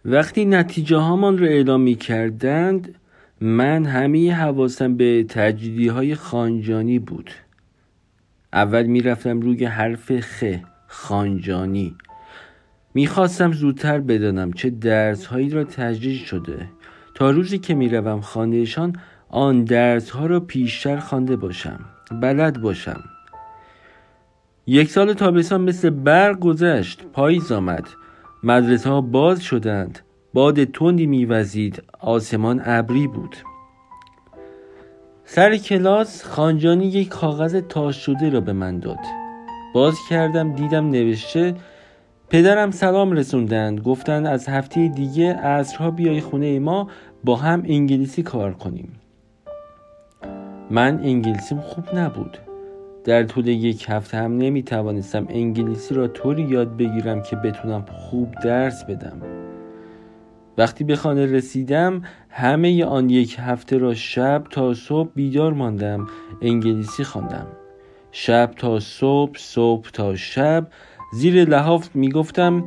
وقتی نتیجه هامان رو اعلام می کردند من همه حواسم به تجدیدی های خانجانی بود. اول می رفتم روی حرف خ، خانجانی. می خواستم زودتر بدانم چه درس هایی را تجدید شده تا روزی که می روم خانهشان آن درس ها را پیشتر خوانده باشم، بلد باشم. 1 سال تابستان مثل برق گذشت. پاییز آمد. مدرسه ها باز شدند. باد تندی میوزید. آسمان ابری بود. سر کلاس خانجانی یک کاغذ تاش شده را به من داد. باز کردم، دیدم نوشته پدرم سلام رسوندند، گفتند از هفته دیگه عصرها بیای خونه ما با هم انگلیسی کار کنیم. من انگلیسیم خوب نبود. در طول 1 هفته هم نمیتوانستم انگلیسی را طوری یاد بگیرم که بتونم خوب درس بدم. وقتی به خانه رسیدم همه آن 1 هفته را شب تا صبح بیدار ماندم، انگلیسی خواندم. شب تا صبح، صبح تا شب. زیر لحاف میگفتم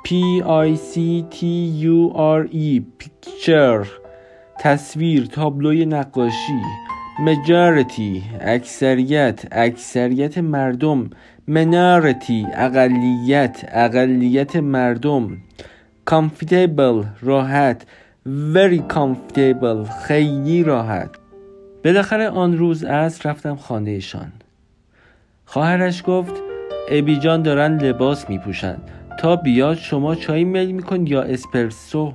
P-I-C-T-U-R-E picture، تصویر، تابلوی نقاشی. majority، اکثریت مردم. minority، اقلیت مردم. comfortable، راحت. very comfortable، خیلی راحت. بالاخره آن روز عصر رفتم خانهشان. خواهرش گفت ابی جان دارن لباس میپوشن، تا بیاد شما چای میل میکن یا اسپرسو؟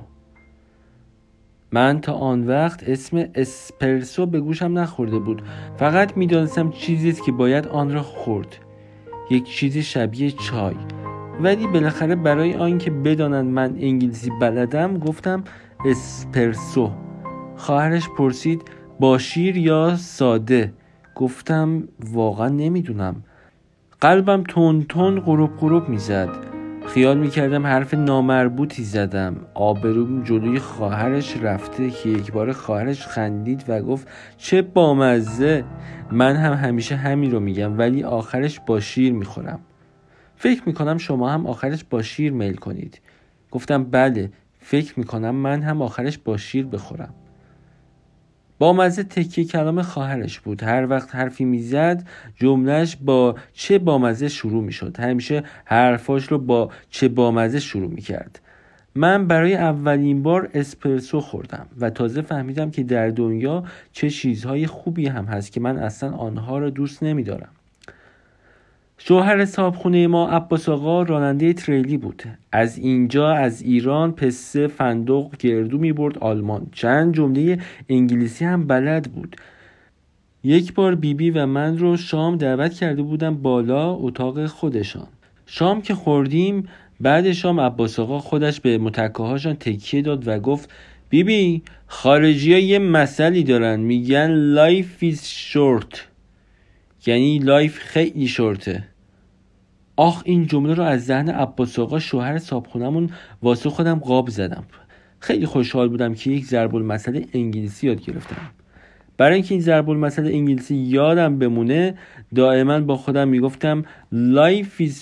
من تا آن وقت اسم اسپرسو به گوشم نخورده بود. فقط میدانستم چیزیست که باید آن را خورد، یک چیز شبیه چای. ولی بالاخره برای آنکه بدانند من انگلیسی بلدم گفتم اسپرسو. خواهرش پرسید با شیر یا ساده؟ گفتم واقعا نمیدونم. قلبم تون تون قروب میزد. خیال میکردم حرف نامربوطی زدم. آبروم جلوی خواهرش رفته که یک بار خواهرش خندید و گفت چه بامزه. من هم همیشه همین رو میگم ولی آخرش با شیر میخورم. فکر میکنم شما هم آخرش با شیر میل کنید. گفتم بله، فکر میکنم من هم آخرش با شیر بخورم. بامزه تکیه کلام خواهرش بود. هر وقت حرفی میزد جملهش با چه بامزه شروع میشد. همیشه حرفاش رو با چه بامزه شروع میکرد. من برای اولین بار اسپرسو خوردم و تازه فهمیدم که در دنیا چه چیزهای خوبی هم هست که من اصلا آنها رو دوست نمیدارم. شوهر صاحبخونه ما عباس آقا راننده تریلی بود. از اینجا از ایران پسته فندق گردو میبرد آلمان. چند جمله انگلیسی هم بلد بود. یک بار بیبی و من رو شام دعوت کرده بودم بالا اتاق خودشان. شام که خوردیم بعد شام عباس آقا خودش به متکاهاشان تکیه داد و گفت بیبی خارجی ها یه مسئله دارن، میگن life is short، یعنی لایف خیلی شورته. آخ این جمله رو از ذهن عباس آقا شوهر صاحبخونمون واسه خودم قاب زدم. خیلی خوشحال بودم که یک ضرب المثل انگلیسی یاد گرفتم. برای اینکه این ضرب المثل انگلیسی یادم بمونه دائما با خودم میگفتم life is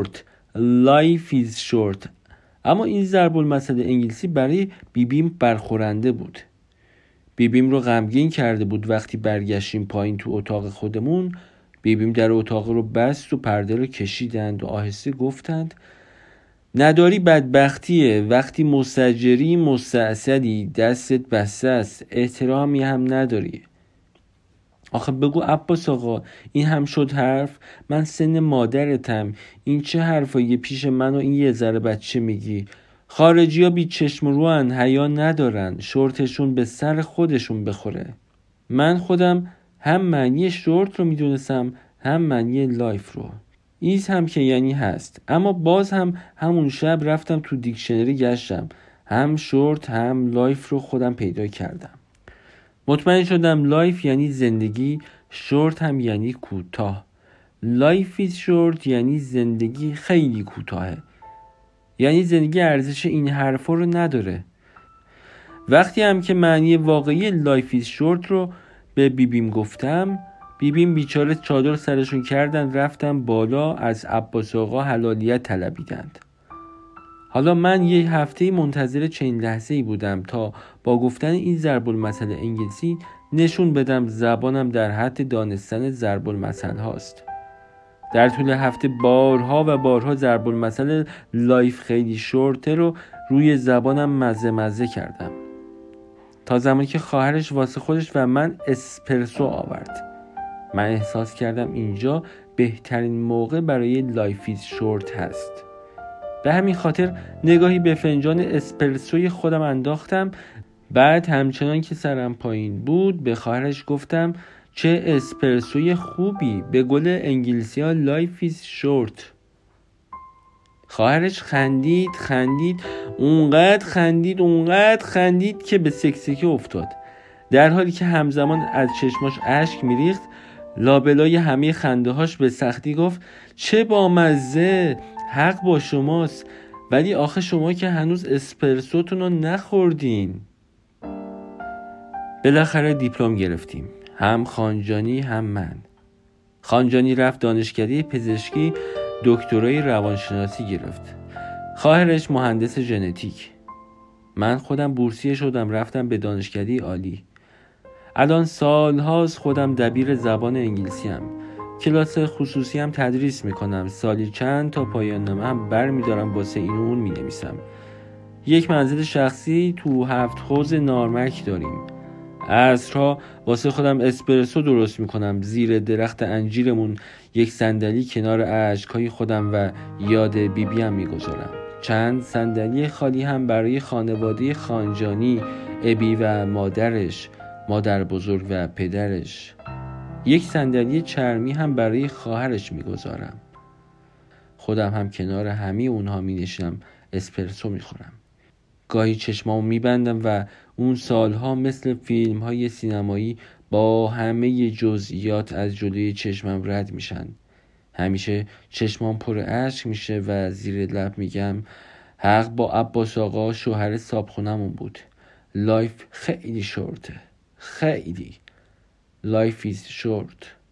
short. اما این ضرب المثل انگلیسی برای بیبیم برخورنده بود. بیبیم رو غمگین کرده بود. وقتی برگشتیم پایین تو اتاق خودمون بیبیم در اتاق رو بست و پرده رو کشیدند و آهسته گفتند نداری بدبختیه، وقتی مستاجری مستأصلی دستت بسته است، احترامی هم نداری. آخه بگو عباس آقا این هم شد حرف؟ من سن مادرتم، این چه حرفایی پیش من و این یه ذره بچه میگی؟ خارجی ها بی چشم رو هن، حیا ندارن، شورتشون به سر خودشون بخوره. من خودم هم معنی شورت رو میدونستم هم معنی لایف رو. ایز هم که یعنی هست. اما باز هم همون شب رفتم تو دیکشنری گشتم، هم شورت هم لایف رو خودم پیدا کردم. مطمئن شدم لایف یعنی زندگی، شورت هم یعنی کوتاه. لایف ایز شورت یعنی زندگی خیلی کوتاهه، یعنی زندگی ارزش این حرفا رو نداره. وقتی هم که معنی واقعی لایف ایز شورت رو به بیبیم گفتم، بیبیم بیچاره چادر سرشون کردن رفتن بالا از عباس آقا حلالیت طلبیدند. حالا من یه هفته منتظر چنین لحظه‌ای بودم تا با گفتن این ضرب المثل انگلیسی نشون بدم زبانم در حد دانستن ضرب المثل هاست. در طول هفته بارها و بارها ضرب المثل لایف خیلی شورته رو روی زبانم مزه کردم تا زمانی که خواهرش واسه خودش و من اسپرسو آورد. من احساس کردم اینجا بهترین موقع برای لایف ایز شورت هست. به همین خاطر نگاهی به فنجان اسپرسوی خودم انداختم. بعد همچنان که سرم پایین بود به خواهرش گفتم چه اسپرسوی خوبی، به گل انگلیسی ها لایف ایز شورت. خواهرش خندید اونقدر خندید که به سکسکه افتاد، در حالی که همزمان از چشماش اشک میریخت. لابلای همه خنده هاش به سختی گفت چه بامزه، حق با شماست، ولی آخه شما که هنوز اسپرسوتون رو نخوردین. بالاخره دیپلم گرفتیم، هم خانجانی هم من. خانجانی رفت دانشکده پزشکی، دکترای روانشناسی گرفت. خواهرش مهندس ژنتیک. من خودم بورسیه شدم، رفتم به دانشکده عالی. الان سالهاست خودم دبیر زبان انگلیسی ام. کلاس خصوصی هم تدریس میکنم. سالی چند تا پایان نامه هم برمیدارم، واسه این اون مینویسم. یک منزل شخصی تو 7 حوض نارمک داریم. عصرها واسه خودم اسپرسو درست میکنم. زیر درخت انجیرمون یک صندلی کنار اشک‌های خودم و یاد بیبیم میگذارم. چند صندلی خالی هم برای خانواده خانجانی، ابی و مادرش، مادر بزرگ و پدرش. یک صندلی چرمی هم برای خواهرش میگذارم. خودم هم کنار همه اونها مینشینم، اسپرسو میخورم. گاهی چشمامو میبندم و اون سالها مثل فیلم های سینمایی با همه جزئیات از جلوی چشمم رد میشن. همیشه چشمام پر اشک میشه و زیر لب میگم حق با عباس آقا، شوهر صابخونمون بود. لایف خیلی شورته، خیلی. لایف ایز شورت.